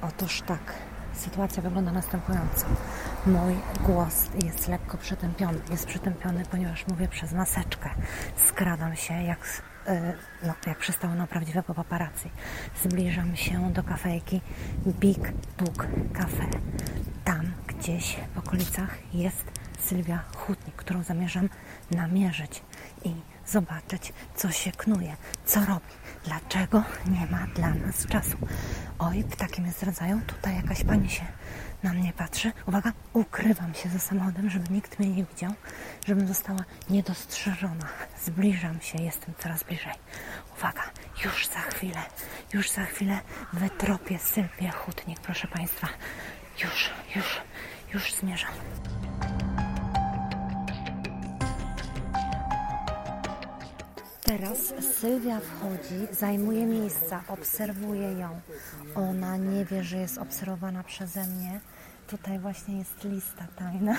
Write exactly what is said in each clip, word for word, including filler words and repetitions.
Otóż tak, sytuacja wygląda następująco. Mój głos jest lekko przytępiony. Jest przytępiony, ponieważ mówię przez maseczkę. Skradam się jak, no, jak przystało na prawdziwego paparazzi. Zbliżam się do kafejki Big Book Cafe. Tam gdzieś w okolicach jest Sylwia Hutnik, którą zamierzam namierzyć i zobaczyć, co się knuje, co robi, dlaczego nie ma dla nas czasu. Oj, ptaki mnie zdradzają, tutaj jakaś pani się na mnie patrzy. Uwaga, ukrywam się za samochodem, żeby nikt mnie nie widział, żebym została niedostrzeżona. Zbliżam się, jestem coraz bliżej. Uwaga, już za chwilę, już za chwilę wytropię Sylwię Hutnik, proszę Państwa. Już, już, już zmierzam. Teraz Sylwia wchodzi, zajmuje miejsca, obserwuję ją. Ona nie wie, że jest obserwowana przeze mnie. Tutaj właśnie jest lista tajna.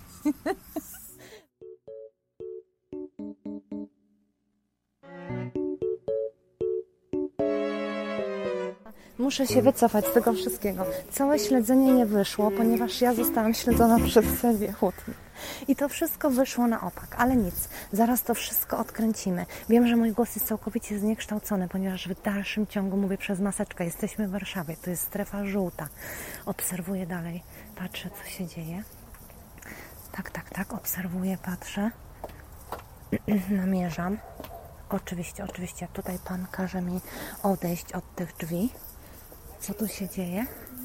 Muszę się wycofać z tego wszystkiego. Całe śledzenie nie wyszło, ponieważ ja zostałam śledzona przez Sylwię Hutnik. I to wszystko wyszło na opak, ale nic. Zaraz to wszystko odkręcimy. Wiem, że mój głos jest całkowicie zniekształcony, ponieważ w dalszym ciągu mówię przez maseczkę. Jesteśmy w Warszawie, to jest strefa żółta. Obserwuję dalej, patrzę, co się dzieje. Tak, tak, tak, obserwuję, patrzę. Namierzam. Oczywiście, oczywiście, tutaj pan każe mi odejść od tych drzwi. Co tu się dzieje?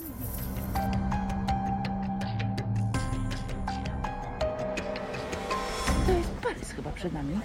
To jest Paryż chyba przed nami.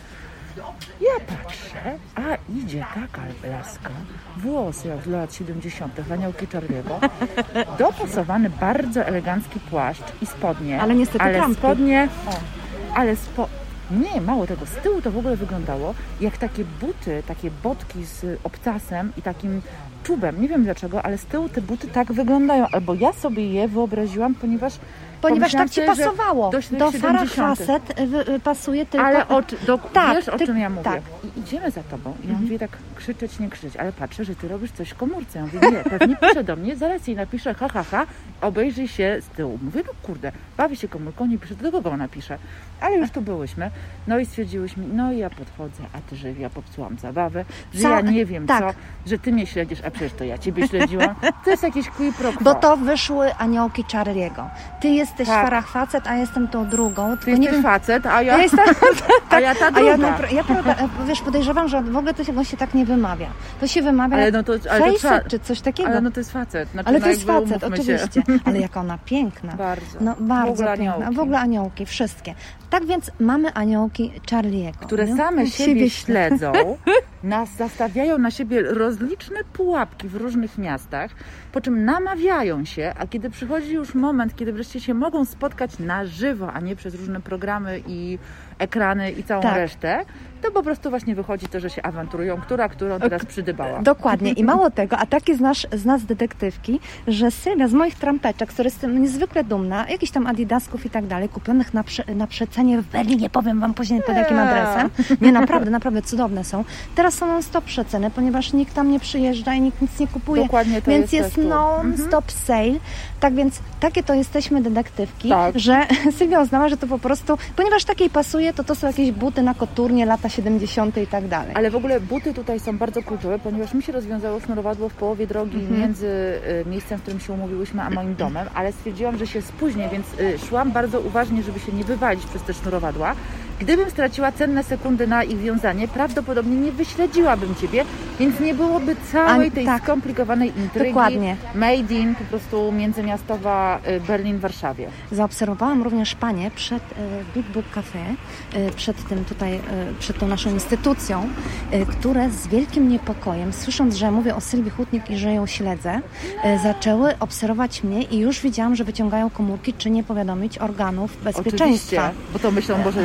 Ja patrzę, a idzie taka laska, włosy jak z lat siedemdziesiątych, aniołki Charlie'ego, dopasowany bardzo elegancki płaszcz i spodnie. Ale niestety ale trampki. spodnie, o, ale spo... Nie, mało tego, z tyłu to w ogóle wyglądało jak takie buty, takie botki z obcasem i takim czubem. Nie wiem dlaczego, ale z tyłu te buty tak wyglądają. Albo ja sobie je wyobraziłam, ponieważ Ponieważ tak ci sobie, pasowało. Do, do Farah Facet pasuje tylko... Ale o, do, tak, wiesz, o ty, czym ja mówię. tak. I idziemy za tobą. I ja mówię tak krzyczeć, nie krzyczeć, ale patrzę, że ty robisz coś w komórce. Ja mówię, nie, pewnie pisze do mnie, zaraz jej napiszę, ha, ha, ha, obejrzyj się z tyłu. Mówię, no kurde, bawi się komórką, nie pisze, do kogo ona pisze. Ale już tu byłyśmy. No i stwierdziłyśmy, no i ja podchodzę, a ty, że ja popsułam zabawę, że Co? ja nie wiem tak. co, że ty mnie śledzisz, a przecież to ja ciebie śledziłam. To jest jakieś qui pro quo. Bo to wyszły aniołki Charlie'ego. Ty jesteś Tak. Farah Facet, a jestem tą drugą. Ty jesteś nie facet, a ja, ja jestem, a ja ta a druga. ja, napra- ja prawda, wiesz, podejrzewam, że w ogóle to się, się tak nie wymawia. To się wymawia ale jak no to, ale to facet, trzeba, czy coś takiego. ale no to jest facet. Znaczy, ale no to jest jakby facet, umówmy oczywiście. Się. Ale jaka ona piękna. Bardzo. No bardzo w ogóle piękna. aniołki. W ogóle aniołki, wszystkie. Tak więc mamy aniołki Charlie'ego. Które no? same siebie, siebie śledzą, nas zastawiają na siebie rozliczne pułapki w różnych miastach, po czym namawiają się, a kiedy przychodzi już moment, kiedy wreszcie się mogą spotkać na żywo, a nie przez różne programy i ekrany i całą tak. resztę, to po prostu właśnie wychodzi to, że się awanturują, która którą teraz przydybała. Dokładnie. I mało tego, a takie z nas, z nas detektywki, że Sylwia z moich trampeczek, które jestem niezwykle dumna, jakichś tam adidasków i tak dalej, kupionych na, prze, na przecenie w Berlinie, powiem Wam później pod jakim adresem. Nie, naprawdę, naprawdę cudowne są. Teraz są non-stop przeceny, ponieważ nikt tam nie przyjeżdża i nikt nic nie kupuje. Dokładnie to więc jest jest non-stop mhm. sale. Tak więc takie to jesteśmy detektywki, tak. że Sylwia uznała, że to po prostu, ponieważ takiej pasuje, to to są jakieś buty na koturnie, lata siedemdziesiąte i tak dalej. Ale w ogóle buty tutaj są bardzo kluczowe, ponieważ mi się rozwiązało sznurowadło w połowie drogi mhm. między y, miejscem, w którym się umówiłyśmy, a moim domem, ale stwierdziłam, że się spóźnię, więc y, szłam bardzo uważnie, żeby się nie wywalić przez te sznurowadła. Gdybym straciła cenne sekundy na ich wiązanie, prawdopodobnie nie wyśledziłabym Ciebie, więc nie byłoby całej A, tej tak. skomplikowanej intrygi. Dokładnie. Made in, po prostu międzymiastowa Berlin-Warszawie. Zaobserwowałam również Panie przed Big Book Cafe, przed tym tutaj, przed tą naszą instytucją, które z wielkim niepokojem, słysząc, że mówię o Sylwii Hutnik i że ją śledzę, zaczęły obserwować mnie i już widziałam, że wyciągają komórki, czy nie powiadomić organów bezpieczeństwa. Oczywiście, bo to myślą, Boże, jakiś scenariusz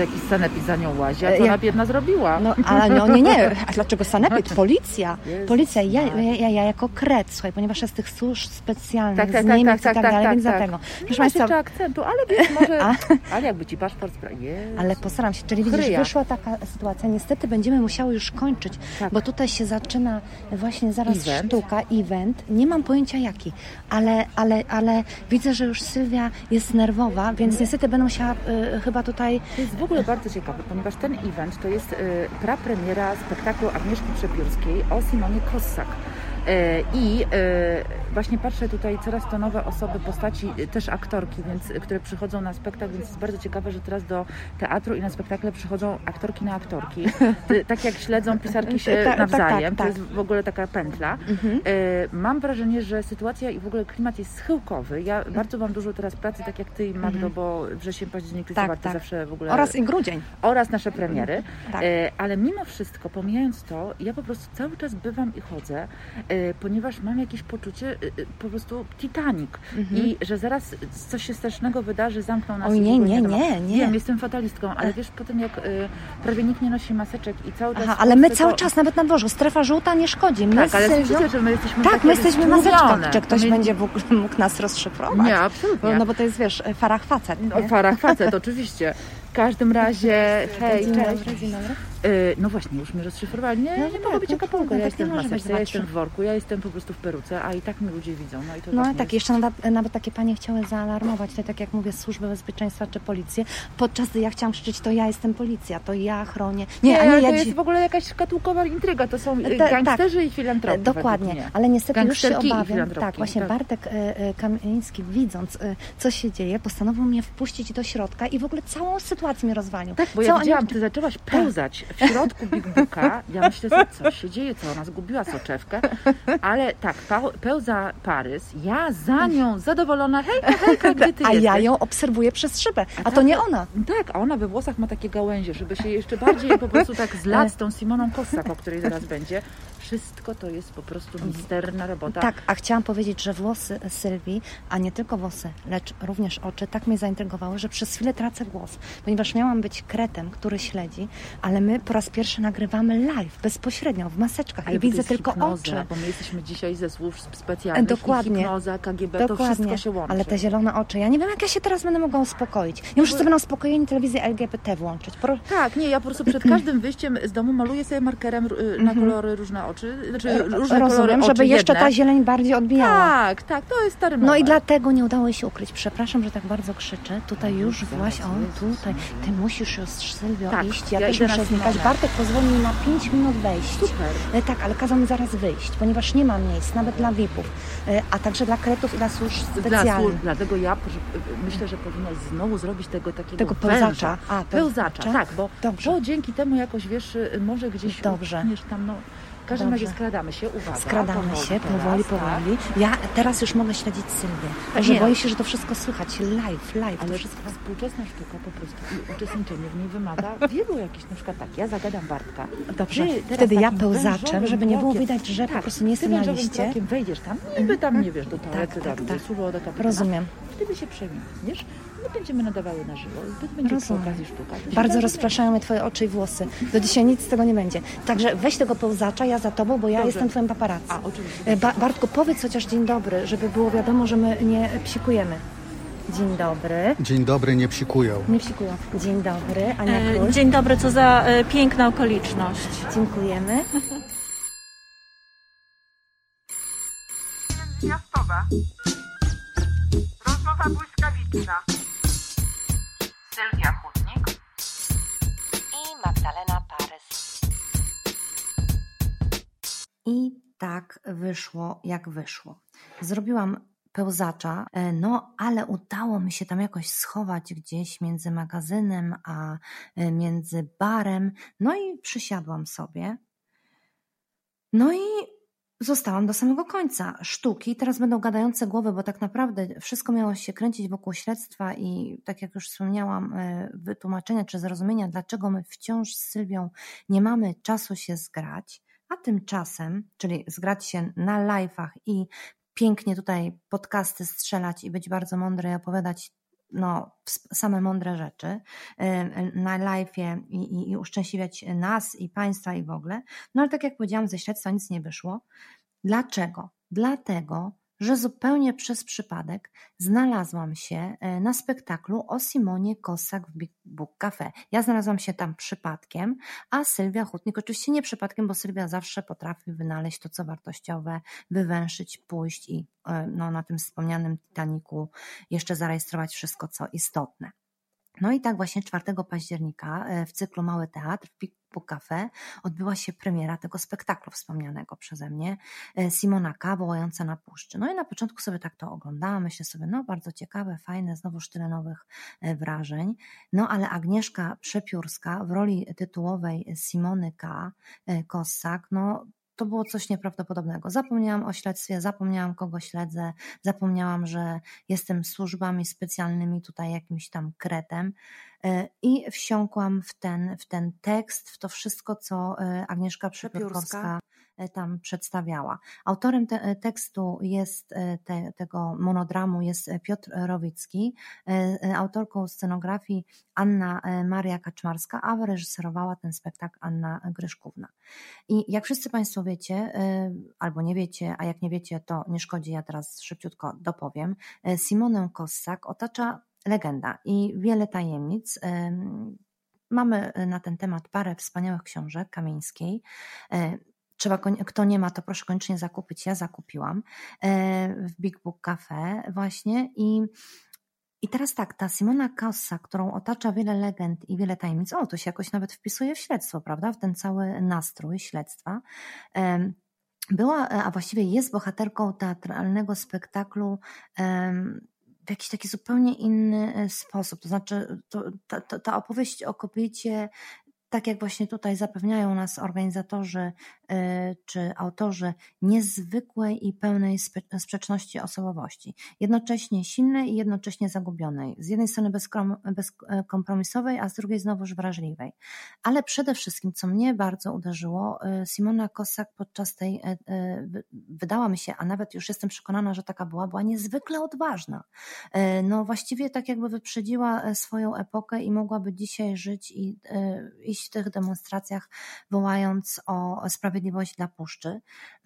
sanepid za nią łazi, a co Ja- ona biedna zrobiła? No, ale no, nie, nie. A dlaczego sanepid? Policja. Jezus Policja. Ja, Maria. ja, ja jako kret, słuchaj, ponieważ jest tych służb specjalnych Tak, tak, z tak, Niemiec tak, i tak tak, dalej, tak, więc tak. dlatego. Nie Proszę ma jeszcze Państwa, akcentu, ale wiesz, może... A? Ale jakby ci paszport sprawdził. ale postaram się. Czyli widzisz, Kryja. wyszła taka sytuacja. Niestety będziemy musiały już kończyć, Tak. bo tutaj się zaczyna właśnie zaraz Event. sztuka, event. Nie mam pojęcia jaki, ale, ale, ale widzę, że już Sylwia jest nerwowa, więc niestety będę musiała y, chyba tutaj... To jest w ogóle bardzo ciekawe, ponieważ ten event to jest y, prapremiera spektaklu Agnieszki Przepiórskiej o Simonie Kossak. Y, I y, właśnie patrzę tutaj coraz to nowe osoby, postaci, y, też aktorki, więc, y, które przychodzą na spektakl, więc jest bardzo ciekawe, że teraz do teatru i na spektakle przychodzą aktorki na aktorki. Y, tak jak śledzą pisarki się Tak, tak, nawzajem, tak, to tak. jest w ogóle taka pętla. Mhm. Y, Mam wrażenie, że sytuacja i w ogóle klimat jest schyłkowy. Ja bardzo mam dużo teraz pracy, tak jak Ty, Magdo, bo wrzesień, październik, Tak, listopad to tak. zawsze w ogóle... Oraz i grudzień. oraz nasze premiery, Tak. e, ale mimo wszystko, pomijając to, ja po prostu cały czas bywam i chodzę, e, ponieważ mam jakieś poczucie, e, e, po prostu Titanic i że zaraz coś się strasznego wydarzy, zamkną nas. Oj, i w nie, ogóle nie, wiadomo. nie, nie. Wiem, jestem fatalistką, ale wiesz, potem jak e, prawie nikt nie nosi maseczek i cały czas... Aha, w ale my Polsce cały to- czas, nawet na dworzu, strefa żółta nie szkodzi. My Tak, ale z Sylwią- myślę, że my jesteśmy Tak, takie my jesteśmy w stłumione. maseczkach. Czy ktoś To my- będzie w ogóle mógł nas rozszyfrować? Nie, absolutnie. No bo to jest, wiesz, farach facet. O nie? farach facet, oczywiście. W każdym razie, hej, Dzień cześć. dobry, dzień dobry. Y, No właśnie, już mnie rozszyfrowali. Nie, No nie tak, mogę być no jaka Polka. trudno, Ja tak jestem nie w może być, maseczce, ja zobacz. jestem w worku, ja jestem po prostu w peruce, a i tak mnie ludzie widzą. No i to No tak, tak, jeszcze nawet, nawet takie panie chciały zaalarmować, to tak jak mówię, służbę bezpieczeństwa czy policję, podczas gdy ja chciałam krzyczeć, to ja jestem policja, to ja chronię. Nie, Nie, a ale nie, to ja jest dzi- w ogóle jakaś szkatułkowa intryga. To są y, Ta- gangsterzy i filantropi. Dokładnie, według mnie. ale niestety już się Gangsterki i obawiam. filantropki, Tak, właśnie tak. Bartek e, e, Kamiński, widząc e, co się dzieje, postanowił mnie wpuścić do środka i w ogóle całą sytuację mi rozwalił. Tak, bo ja Całą- widziałam, ty zaczęłaś pełzać w środku Big Booka. Ja myślę, że co się dzieje, co ona zgubiła soczewkę. Ale tak, pa, pełza Parys, ja za nią zadowolona, hejka, hejka, gdzie ty A jesteś? ja ją obserwuję przez szybę, a, A to tak, nie ona. Tak, a ona we włosach ma takie gałęzie, żeby się jeszcze bardziej po prostu tak zlać z tą Simoną Kossak, o której zaraz będzie. Wszystko to jest po prostu misterna robota. Tak, a chciałam powiedzieć, że włosy Sylwii, a nie tylko włosy, lecz również oczy, tak mnie zaintrygowały, że przez chwilę tracę głos, ponieważ miałam być kretem, który śledzi, ale my po raz pierwszy nagrywamy live, bezpośrednio, w maseczkach Ale i bo to widzę jest tylko hipnoza, oczy. bo my jesteśmy dzisiaj ze służb specjalnych Dokładnie. i hipnoza, K G B, to Dokładnie, wszystko się łączy. ale te zielone oczy, ja nie wiem, jak ja się teraz będę mogła uspokoić. Ja muszę sobie na uspokojenie telewizję L G B T włączyć. Pro... Tak, nie, ja po prostu przed każdym wyjściem z domu maluję sobie markerem y, na kolory różne oczy, znaczy różne kolory Rozumiem, oczy żeby jeszcze jedne. ta zieleń bardziej odbijała. Tak, tak, to jest stary No numer. i dlatego nie udało jej się ukryć. Przepraszam, że tak bardzo krzyczy. Tutaj już zaraz, właśnie, o Jezus tutaj, ty musisz już, Sylwio, Tak, iść. Ja, ja też idę muszę na znikać. Simonę. Bartek pozwolił mi na pięć minut wejść. Super. E, Tak, ale kazał mi zaraz wyjść, ponieważ nie ma miejsc, nawet dla V I P-ów, e, a także dla kretów i dla służb Dla specjalnych. służb, dlatego ja że, myślę, że powinnaś znowu zrobić tego takiego Tego węża. pełzacza. A, Pełzacza, pełzacza? tak, bo Dobrze. to dzięki temu jakoś, wiesz, może gdzieś Dobrze. utkniesz tam, no. W każdym Dobrze. razie skradamy się, uwaga. Skradamy powoli się, teraz, powoli, tak. powoli. Ja teraz już mogę śledzić Sylwię, Tak, że nie. boję się, że to wszystko słychać live, live. Ale to wszystko... współczesna sztuka po prostu i uczestniczenie w niej wymaga wielu jakichś, na przykład tak, ja zagadam Bartka. Dobrze, Ty teraz wtedy ja takim pełzaczem, wężowym żeby nie było krokiem- widać, że po tak, prostu nie jestem ty na wężowym liście. krokiem wejdziesz tam, niby tam nie wiesz, do toalety, tak, tam, tak. do słowo, do kapitana. Rozumiem. Wtedy się przemienisz, my będziemy nadawały na żywo, to będzie Rozumiem. przy okazji sztuka. To się Bardzo bardzo rozpraszają mnie twoje oczy i włosy. Do dzisiaj nic z tego nie będzie. Także weź tego pełzacza, ja za tobą, bo ja Dobrze. jestem twoim paparazzi. A, oczywiście. E, Ba- Bartku, powiedz chociaż dzień dobry, żeby było wiadomo, że my nie psikujemy. Dzień dobry. Dzień dobry, nie psikują. Nie psikują. Dzień dobry, Ania E, Król. Dzień dobry, co za e, piękna okoliczność. Dziękujemy. Miastowa. Rozmowa błyskawiczna. Sylwia Chudnik I Magdalena Parys. I tak wyszło, jak wyszło. Zrobiłam pełzacza, e, no ale udało mi się tam jakoś schować gdzieś między magazynem a e, między barem. No i przysiadłam sobie. No i zostałam do samego końca sztuki. Teraz będą gadające głowy, bo tak naprawdę wszystko miało się kręcić wokół śledztwa i tak jak już wspomniałam, e, wytłumaczenia czy zrozumienia, dlaczego my wciąż z Sylwią nie mamy czasu się zgrać, a tymczasem, czyli zgrać się na live'ach i pięknie tutaj podcasty strzelać i być bardzo mądry i opowiadać no, same mądre rzeczy na live'ie i, i, i uszczęśliwiać nas i Państwa i w ogóle. No ale tak jak powiedziałam, ze śledztwa nic nie wyszło. Dlaczego? Dlatego, że zupełnie przez przypadek znalazłam się na spektaklu o Simonie Kossak w Big Book Cafe. Ja znalazłam się tam przypadkiem, a Sylwia Hutnik oczywiście nie przypadkiem, bo Sylwia zawsze potrafi wynaleźć to, co wartościowe, wywęszyć, pójść i no, na tym wspomnianym Titanicu jeszcze zarejestrować wszystko, co istotne. No i tak właśnie czwartego października w cyklu Mały Teatr w Big Book Cafe odbyła się premiera tego spektaklu wspomnianego przeze mnie, Simona K. wołająca na puszczy. No i na początku sobie tak to oglądałam, myślę sobie, no bardzo ciekawe, fajne, znowuż tyle nowych wrażeń. No ale Agnieszka Przepiórska w roli tytułowej Simony K. Kossak, no to było coś nieprawdopodobnego. Zapomniałam o śledztwie, zapomniałam, kogo śledzę, zapomniałam, że jestem służbami specjalnymi, tutaj jakimś tam kretem i wsiąkłam w ten, w ten tekst, w to wszystko, co Agnieszka Przepiórska tam przedstawiała. Autorem te, tekstu jest te, tego monodramu jest Piotr Rowicki, autorką scenografii Anna Maria Kaczmarska, a wyreżyserowała ten spektakl Anna Gryszkówna. I jak wszyscy Państwo wiecie, albo nie wiecie, a jak nie wiecie, to nie szkodzi, ja teraz szybciutko dopowiem, Simonę Kossak otacza legenda i wiele tajemnic. Mamy na ten temat parę wspaniałych książek Kamińskiej. Trzeba, kto nie ma, to proszę koniecznie zakupić. Ja zakupiłam w Big Book Cafe właśnie i I teraz tak, ta Simona Kossak, którą otacza wiele legend i wiele tajemnic, o, to się jakoś nawet wpisuje w śledztwo, prawda, w ten cały nastrój śledztwa, była, a właściwie jest bohaterką teatralnego spektaklu w jakiś taki zupełnie inny sposób, to znaczy to, ta, ta opowieść o kobiecie, tak jak właśnie tutaj zapewniają nas organizatorzy czy autorzy, niezwykłej i pełnej sprzeczności osobowości. Jednocześnie silnej i jednocześnie zagubionej. Z jednej strony bezkompromisowej, a z drugiej znowuż wrażliwej. Ale przede wszystkim, co mnie bardzo uderzyło, Simona Kossak podczas tej, wydała mi się, a nawet już jestem przekonana, że taka była, była niezwykle odważna. No właściwie tak jakby wyprzedziła swoją epokę i mogłaby dzisiaj żyć i iść w tych demonstracjach, wołając o sprawiedliwość dla puszczy.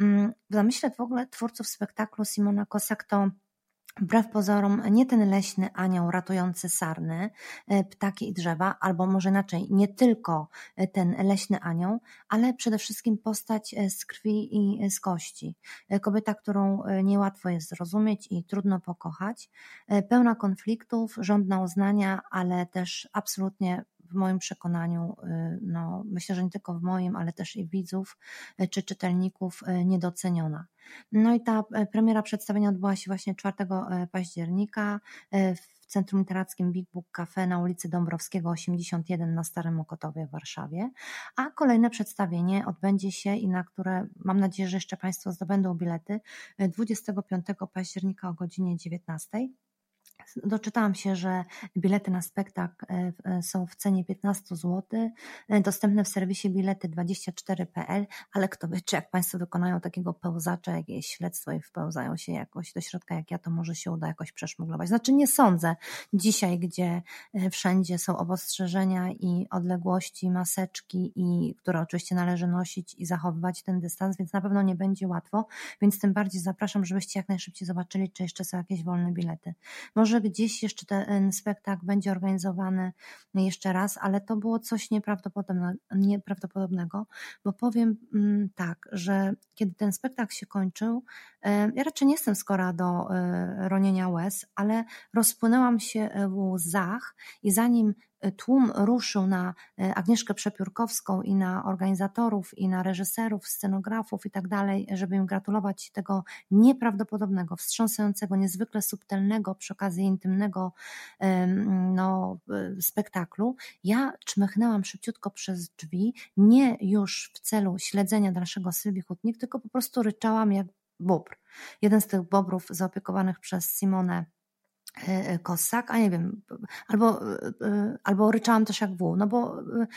W zamyśle w ogóle twórców spektaklu Simona Kossak to wbrew pozorom nie ten leśny anioł ratujący sarny, ptaki i drzewa, albo może inaczej, nie tylko ten leśny anioł, ale przede wszystkim postać z krwi i z kości. Kobieta, którą niełatwo jest zrozumieć i trudno pokochać, pełna konfliktów, żądna uznania, ale też absolutnie w moim przekonaniu, no myślę, że nie tylko w moim, ale też i widzów czy czytelników niedoceniona. No i ta premiera przedstawienia odbyła się właśnie czwartego października w Centrum Literackim Big Book Cafe na ulicy Dąbrowskiego osiemdziesiąt jeden na Starym Mokotowie w Warszawie, a kolejne przedstawienie odbędzie się i na które mam nadzieję, że jeszcze Państwo zdobędą bilety dwudziestego piątego października o godzinie dziewiętnastej. Doczytałam się, że bilety na spektakl są w cenie piętnaście złotych, dostępne w serwisie bilety dwadzieścia cztery kropka p l, ale kto wie, czy jak Państwo wykonają takiego pełzacza, jakieś śledztwo i wpełzają się jakoś do środka jak ja, to może się uda jakoś przeszmuglować. Znaczy nie sądzę dzisiaj, gdzie wszędzie są obostrzeżenia i odległości, maseczki, i które oczywiście należy nosić i zachowywać ten dystans, więc na pewno nie będzie łatwo, więc tym bardziej zapraszam, żebyście jak najszybciej zobaczyli, czy jeszcze są jakieś wolne bilety. Może gdzieś jeszcze ten spektakl będzie organizowany jeszcze raz, ale to było coś nieprawdopodobne, nieprawdopodobnego, bo powiem tak, że kiedy ten spektakl się kończył, ja raczej nie jestem skora do ronienia łez, ale rozpłynęłam się w łzach i zanim tłum ruszył na Agnieszkę Przepiórkowską i na organizatorów, i na reżyserów, scenografów i tak dalej, żeby im gratulować tego nieprawdopodobnego, wstrząsającego, niezwykle subtelnego, przy okazji intymnego no, spektaklu, ja czmychnęłam szybciutko przez drzwi, nie już w celu śledzenia dalszego Sylwii Hutnik, tylko po prostu ryczałam jak bóbr. Jeden z tych bobrów zaopiekowanych przez Simonę Kossak, a nie wiem, albo, albo ryczałam też jak wół, no bo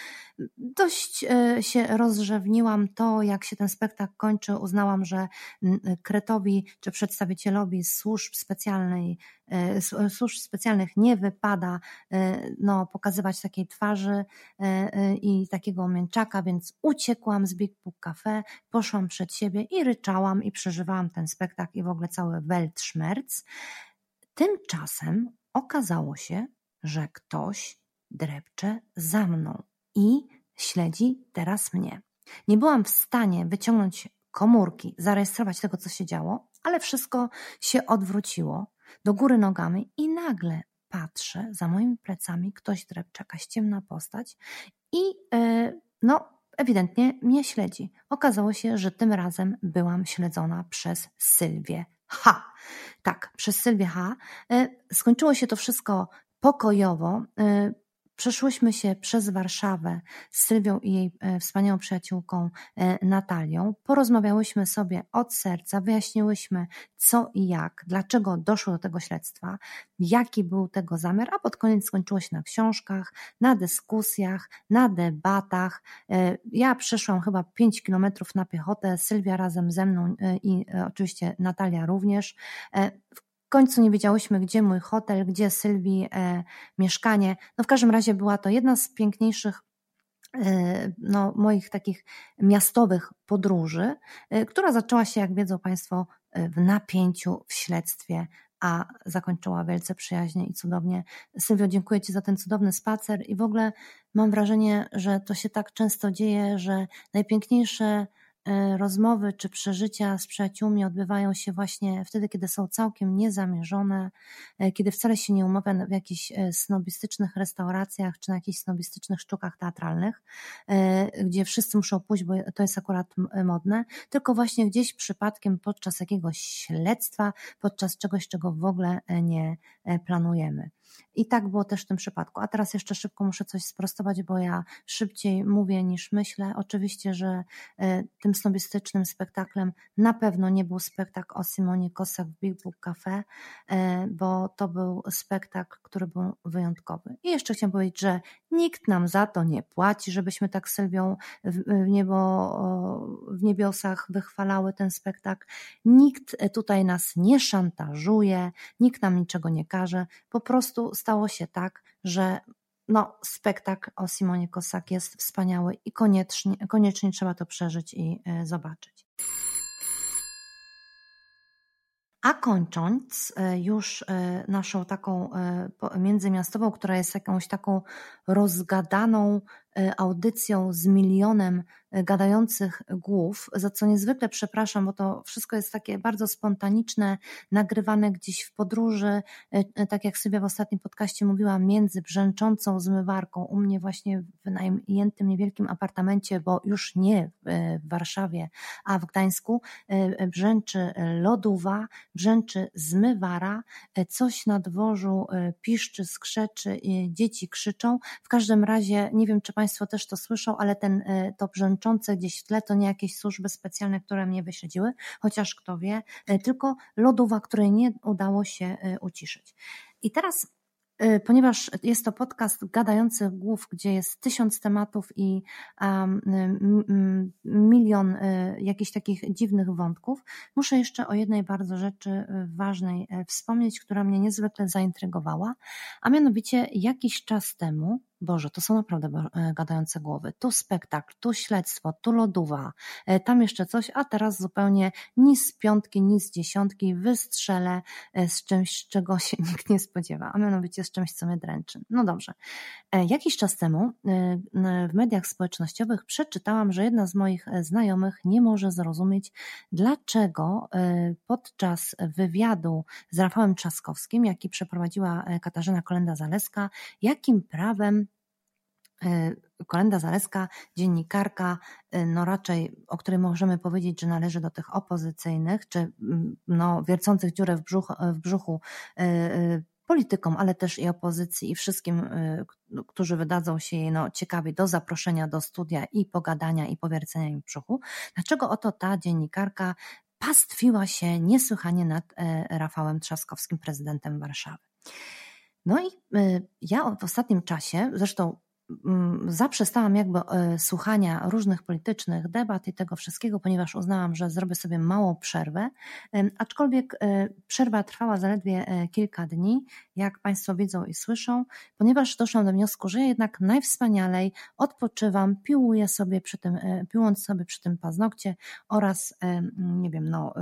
dość się rozrzewniłam to, jak się ten spektakl kończy, uznałam, że Kretowi czy przedstawicielowi służb specjalnej, służb specjalnych nie wypada no, pokazywać takiej twarzy i takiego mięczaka, więc uciekłam z Big Book Cafe, poszłam przed siebie i ryczałam i przeżywałam ten spektakl i w ogóle cały weltschmerz. Tymczasem okazało się, że ktoś drepcze za mną i śledzi teraz mnie. Nie byłam w stanie wyciągnąć komórki, zarejestrować tego, co się działo, ale wszystko się odwróciło do góry nogami i nagle patrzę, za moimi plecami ktoś drepcze, jakaś ciemna postać i yy, no ewidentnie mnie śledzi. Okazało się, że tym razem byłam śledzona przez Sylwię H. Tak, przez Sylwię H. Skończyło się to wszystko pokojowo. Przeszłyśmy się przez Warszawę z Sylwią i jej wspaniałą przyjaciółką Natalią. Porozmawiałyśmy sobie od serca, wyjaśniłyśmy co i jak, dlaczego doszło do tego śledztwa, jaki był tego zamiar, a pod koniec skończyło się na książkach, na dyskusjach, na debatach. Ja przeszłam chyba pięć kilometrów na piechotę, Sylwia razem ze mną i oczywiście Natalia również. W końcu nie wiedziałyśmy, gdzie mój hotel, gdzie Sylwii e, mieszkanie. No w każdym razie była to jedna z piękniejszych e, no, moich takich miastowych podróży, e, która zaczęła się, jak wiedzą Państwo, w napięciu w śledztwie, a zakończyła wielce przyjaźnie i cudownie. Sylwio, dziękuję Ci za ten cudowny spacer i w ogóle mam wrażenie, że to się tak często dzieje, że najpiękniejsze rozmowy czy przeżycia z przyjaciółmi odbywają się właśnie wtedy, kiedy są całkiem niezamierzone, kiedy wcale się nie umawia w jakichś snobistycznych restauracjach czy na jakichś snobistycznych sztukach teatralnych, gdzie wszyscy muszą pójść, bo to jest akurat modne, tylko właśnie gdzieś przypadkiem podczas jakiegoś śledztwa, podczas czegoś, czego w ogóle nie planujemy. I tak było też w tym przypadku. A teraz jeszcze szybko muszę coś sprostować, bo ja szybciej mówię niż myślę. Oczywiście, że tym snobistycznym spektaklem na pewno nie był spektakl o Simonie Kossak w Big Book Cafe, bo to był spektakl, który był wyjątkowy. I jeszcze chciałam powiedzieć, że nikt nam za to nie płaci, żebyśmy tak Sylwią w, niebo, w niebiosach wychwalały ten spektakl. Nikt tutaj nas nie szantażuje, nikt nam niczego nie każe. Po prostu stało się tak, że no, spektakl o Simonie Kossak jest wspaniały i koniecznie, koniecznie trzeba to przeżyć i y, zobaczyć. A kończąc już naszą taką międzymiastową, która jest jakąś taką rozgadaną audycją z milionem gadających głów, za co niezwykle przepraszam, bo to wszystko jest takie bardzo spontaniczne, nagrywane gdzieś w podróży, tak jak sobie w ostatnim podcaście mówiłam, między brzęczącą zmywarką, u mnie właśnie w wynajętym niewielkim apartamencie, bo już nie w Warszawie, a w Gdańsku, brzęczy lodówa, brzęczy zmywara, coś na dworzu piszczy, skrzeczy, dzieci krzyczą. W każdym razie, nie wiem, czy Państwo też to słyszą, ale ten, to brzęczące gdzieś w tle to nie jakieś służby specjalne, które mnie wyśledziły, chociaż kto wie, tylko lodówa, której nie udało się uciszyć. I teraz, ponieważ jest to podcast gadających głów, gdzie jest tysiąc tematów i um, milion jakichś takich dziwnych wątków, muszę jeszcze o jednej bardzo rzeczy ważnej wspomnieć, która mnie niezwykle zaintrygowała, a mianowicie jakiś czas temu, Boże, to są naprawdę gadające głowy, tu spektakl, tu śledztwo, tu lodówa, tam jeszcze coś, a teraz zupełnie ni z piątki, ni z dziesiątki wystrzelę z czymś, czego się nikt nie spodziewa, a mianowicie z czymś, co mnie dręczy. No dobrze. Jakiś czas temu w mediach społecznościowych przeczytałam, że jedna z moich znajomych nie może zrozumieć, dlaczego podczas wywiadu z Rafałem Trzaskowskim, jaki przeprowadziła Katarzyna Kolenda-Zaleska, jakim prawem Kolenda Zaleska, dziennikarka, no raczej, o której możemy powiedzieć, że należy do tych opozycyjnych, czy no, wiercących dziurę w brzuchu, w brzuchu politykom, ale też i opozycji i wszystkim, którzy wydadzą się jej no, ciekawi do zaproszenia do studia i pogadania i powiercenia im w brzuchu. Dlaczego oto ta dziennikarka pastwiła się niesłychanie nad Rafałem Trzaskowskim, prezydentem Warszawy. No i ja w ostatnim czasie, zresztą zaprzestałam jakby słuchania różnych politycznych debat i tego wszystkiego, ponieważ uznałam, że zrobię sobie małą przerwę, aczkolwiek przerwa trwała zaledwie kilka dni, jak Państwo widzą i słyszą, ponieważ doszłam do wniosku, że jednak najwspanialej odpoczywam, piłuję sobie przy tym, piłując sobie przy tym paznokcie oraz, nie wiem, no,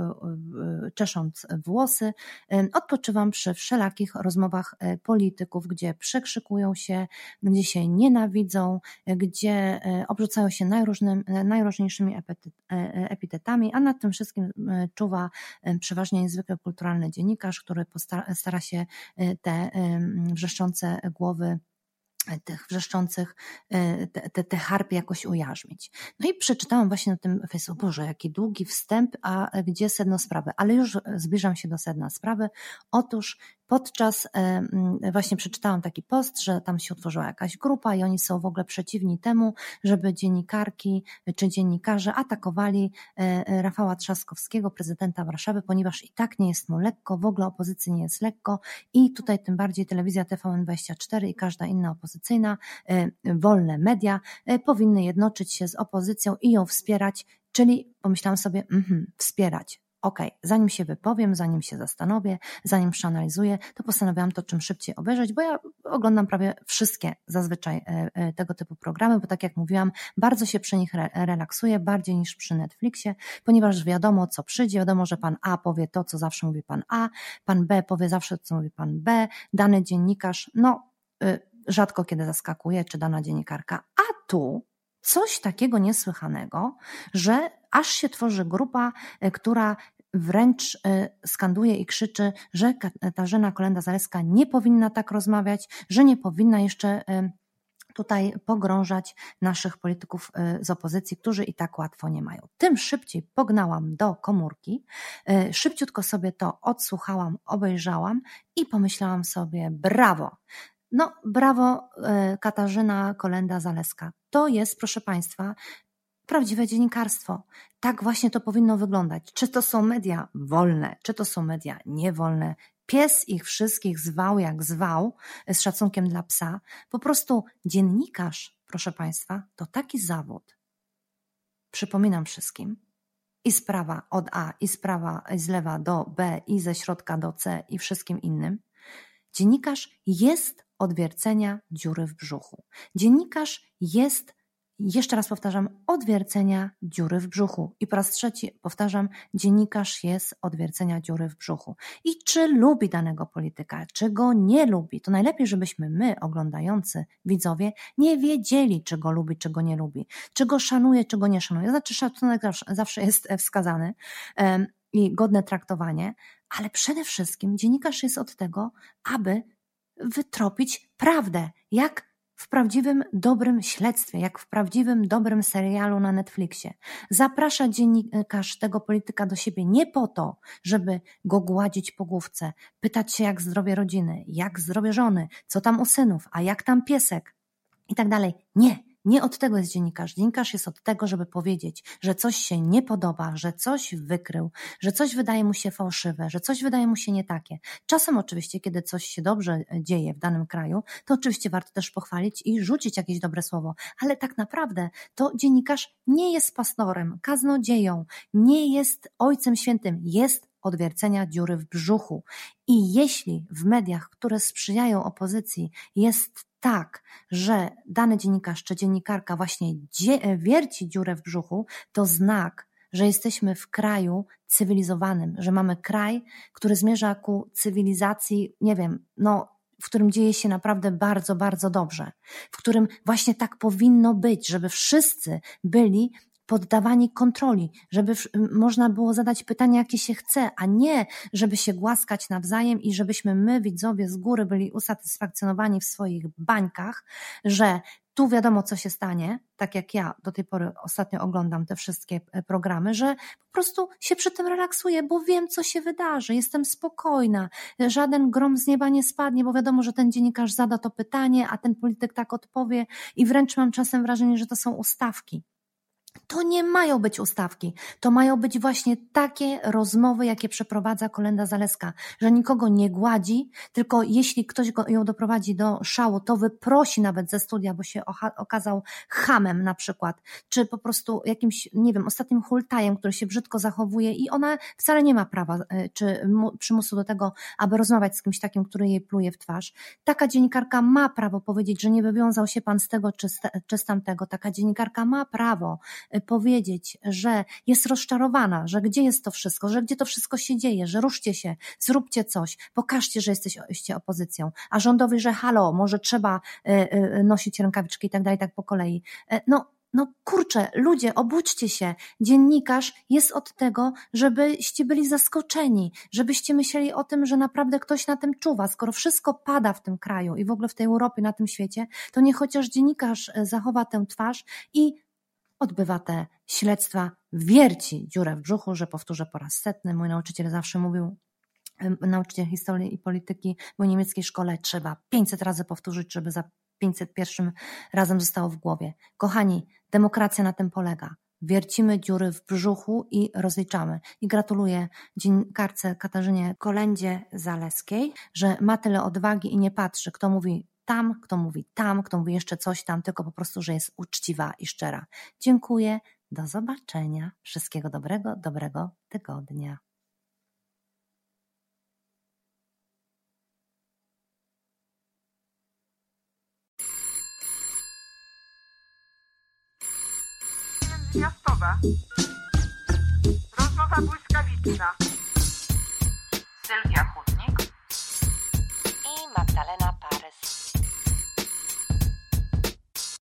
czesząc włosy, odpoczywam przy wszelakich rozmowach polityków, gdzie przekrzykują się, gdzie się nie nienawidzą, gdzie obrzucają się najróżnym, najróżniejszymi epitetami, a nad tym wszystkim czuwa przeważnie niezwykle kulturalny dziennikarz, który stara się te wrzeszczące głowy tych wrzeszczących, te, te, te harpy jakoś ujarzmić. No i przeczytałam właśnie na tym Facebooku, Boże, jaki długi wstęp, a gdzie sedno sprawy, ale już zbliżam się do sedna sprawy. Otóż podczas, właśnie przeczytałam taki post, że tam się utworzyła jakaś grupa i oni są w ogóle przeciwni temu, żeby dziennikarki czy dziennikarze atakowali Rafała Trzaskowskiego, prezydenta Warszawy, ponieważ i tak nie jest mu lekko, w ogóle opozycji nie jest lekko i tutaj tym bardziej telewizja T V N dwadzieścia cztery i każda inna opozycyjna, wolne media powinny jednoczyć się z opozycją i ją wspierać, czyli pomyślałam sobie, mm, wspierać. Okej, okay, zanim się wypowiem, zanim się zastanowię, zanim przeanalizuję, to postanowiłam to czym szybciej obejrzeć, bo ja oglądam prawie wszystkie zazwyczaj tego typu programy, bo tak jak mówiłam, bardzo się przy nich re- relaksuję, bardziej niż przy Netflixie, ponieważ wiadomo co przyjdzie, wiadomo, że pan A powie to, co zawsze mówi pan A, pan B powie zawsze to, co mówi pan B, dany dziennikarz, no y, rzadko kiedy zaskakuje, czy dana dziennikarka, a tu coś takiego niesłychanego, że aż się tworzy grupa, która wręcz skanduje i krzyczy, że Katarzyna Kolenda-Zalewska nie powinna tak rozmawiać, że nie powinna jeszcze tutaj pogrążać naszych polityków z opozycji, którzy i tak łatwo nie mają. Tym szybciej pognałam do komórki, szybciutko sobie to odsłuchałam, obejrzałam i pomyślałam sobie, brawo! No, brawo Katarzyna Kolenda-Zalewska. To jest, proszę Państwa, prawdziwe dziennikarstwo. Tak właśnie to powinno wyglądać. Czy to są media wolne, czy to są media niewolne. Pies ich wszystkich zwał jak zwał, z szacunkiem dla psa. Po prostu dziennikarz, proszę Państwa, to taki zawód. Przypominam wszystkim. I z prawa od A, i z prawa z lewa do B, i ze środka do C, i wszystkim innym. Dziennikarz jest od wiercenia dziury w brzuchu. Dziennikarz jest, jeszcze raz powtarzam, od wiercenia dziury w brzuchu. I po raz trzeci powtarzam, dziennikarz jest od wiercenia dziury w brzuchu. I czy lubi danego polityka, czy go nie lubi, to najlepiej, żebyśmy my, oglądający widzowie, nie wiedzieli, czy go lubi, czy go nie lubi, czy go szanuje, czy go nie szanuje. Znaczy szacunek zawsze, zawsze jest wskazany um, i godne traktowanie, ale przede wszystkim dziennikarz jest od tego, aby wytropić prawdę, jak w prawdziwym, dobrym śledztwie, jak w prawdziwym, dobrym serialu na Netflixie. Zaprasza dziennikarz tego polityka do siebie nie po to, żeby go gładzić po główce, pytać się jak zdrowie rodziny, jak zdrowie żony, co tam u synów, a jak tam piesek i tak dalej. Nie. Nie od tego jest dziennikarz. Dziennikarz jest od tego, żeby powiedzieć, że coś się nie podoba, że coś wykrył, że coś wydaje mu się fałszywe, że coś wydaje mu się nie takie. Czasem oczywiście, kiedy coś się dobrze dzieje w danym kraju, to oczywiście warto też pochwalić i rzucić jakieś dobre słowo, ale tak naprawdę to dziennikarz nie jest pastorem, kaznodzieją, nie jest ojcem świętym, jest od wiercenia dziury w brzuchu. I jeśli w mediach, które sprzyjają opozycji, jest tak, że dany dziennikarz czy dziennikarka właśnie dzie- wierci dziurę w brzuchu, to znak, że jesteśmy w kraju cywilizowanym, że mamy kraj, który zmierza ku cywilizacji, nie wiem, no, w którym dzieje się naprawdę bardzo, bardzo dobrze, w którym właśnie tak powinno być, żeby wszyscy byli poddawani kontroli, żeby można było zadać pytania, jakie się chce, a nie, żeby się głaskać nawzajem i żebyśmy my, widzowie, z góry byli usatysfakcjonowani w swoich bańkach, że tu wiadomo, co się stanie, tak jak ja do tej pory ostatnio oglądam te wszystkie programy, że po prostu się przy tym relaksuję, bo wiem, co się wydarzy, jestem spokojna, żaden grom z nieba nie spadnie, bo wiadomo, że ten dziennikarz zada to pytanie, a ten polityk tak odpowie i wręcz mam czasem wrażenie, że to są ustawki. To nie mają być ustawki, to mają być właśnie takie rozmowy, jakie przeprowadza Kolenda Zalewska, że nikogo nie gładzi, tylko jeśli ktoś go, ją doprowadzi do szału, to wyprosi nawet ze studia, bo się oha- okazał chamem na przykład, czy po prostu jakimś, nie wiem, ostatnim hultajem, który się brzydko zachowuje i ona wcale nie ma prawa czy mu, przymusu do tego, aby rozmawiać z kimś takim, który jej pluje w twarz. Taka dziennikarka ma prawo powiedzieć, że nie wywiązał się pan z tego czy z, te, czy z tamtego. Taka dziennikarka ma prawo powiedzieć, że jest rozczarowana, że gdzie jest to wszystko, że gdzie to wszystko się dzieje, że ruszcie się, zróbcie coś, pokażcie, że jesteście opozycją, a rządowi, że halo, może trzeba nosić rękawiczki i tak dalej, tak po kolei. No, no kurczę, ludzie, obudźcie się. Dziennikarz jest od tego, żebyście byli zaskoczeni, żebyście myśleli o tym, że naprawdę ktoś na tym czuwa. Skoro wszystko pada w tym kraju i w ogóle w tej Europie, na tym świecie, to niech chociaż dziennikarz zachowa tę twarz i odbywa te śledztwa, wierci dziurę w brzuchu, że powtórzę po raz setny, mój nauczyciel zawsze mówił, nauczyciel historii i polityki w mojej niemieckiej szkole, trzeba pięćset razy powtórzyć, żeby za pięćset pierwszym razem zostało w głowie. Kochani, demokracja na tym polega. Wiercimy dziury w brzuchu i rozliczamy. I gratuluję dziennikarce Katarzynie Kolendzie Zalewskiej, że ma tyle odwagi i nie patrzy, kto mówi tam, kto mówi tam, kto mówi jeszcze coś tam, tylko po prostu, że jest uczciwa i szczera. Dziękuję, do zobaczenia. Wszystkiego dobrego, dobrego tygodnia. Międzymiastowa. Rozmowa błyskawiczna. Sylwia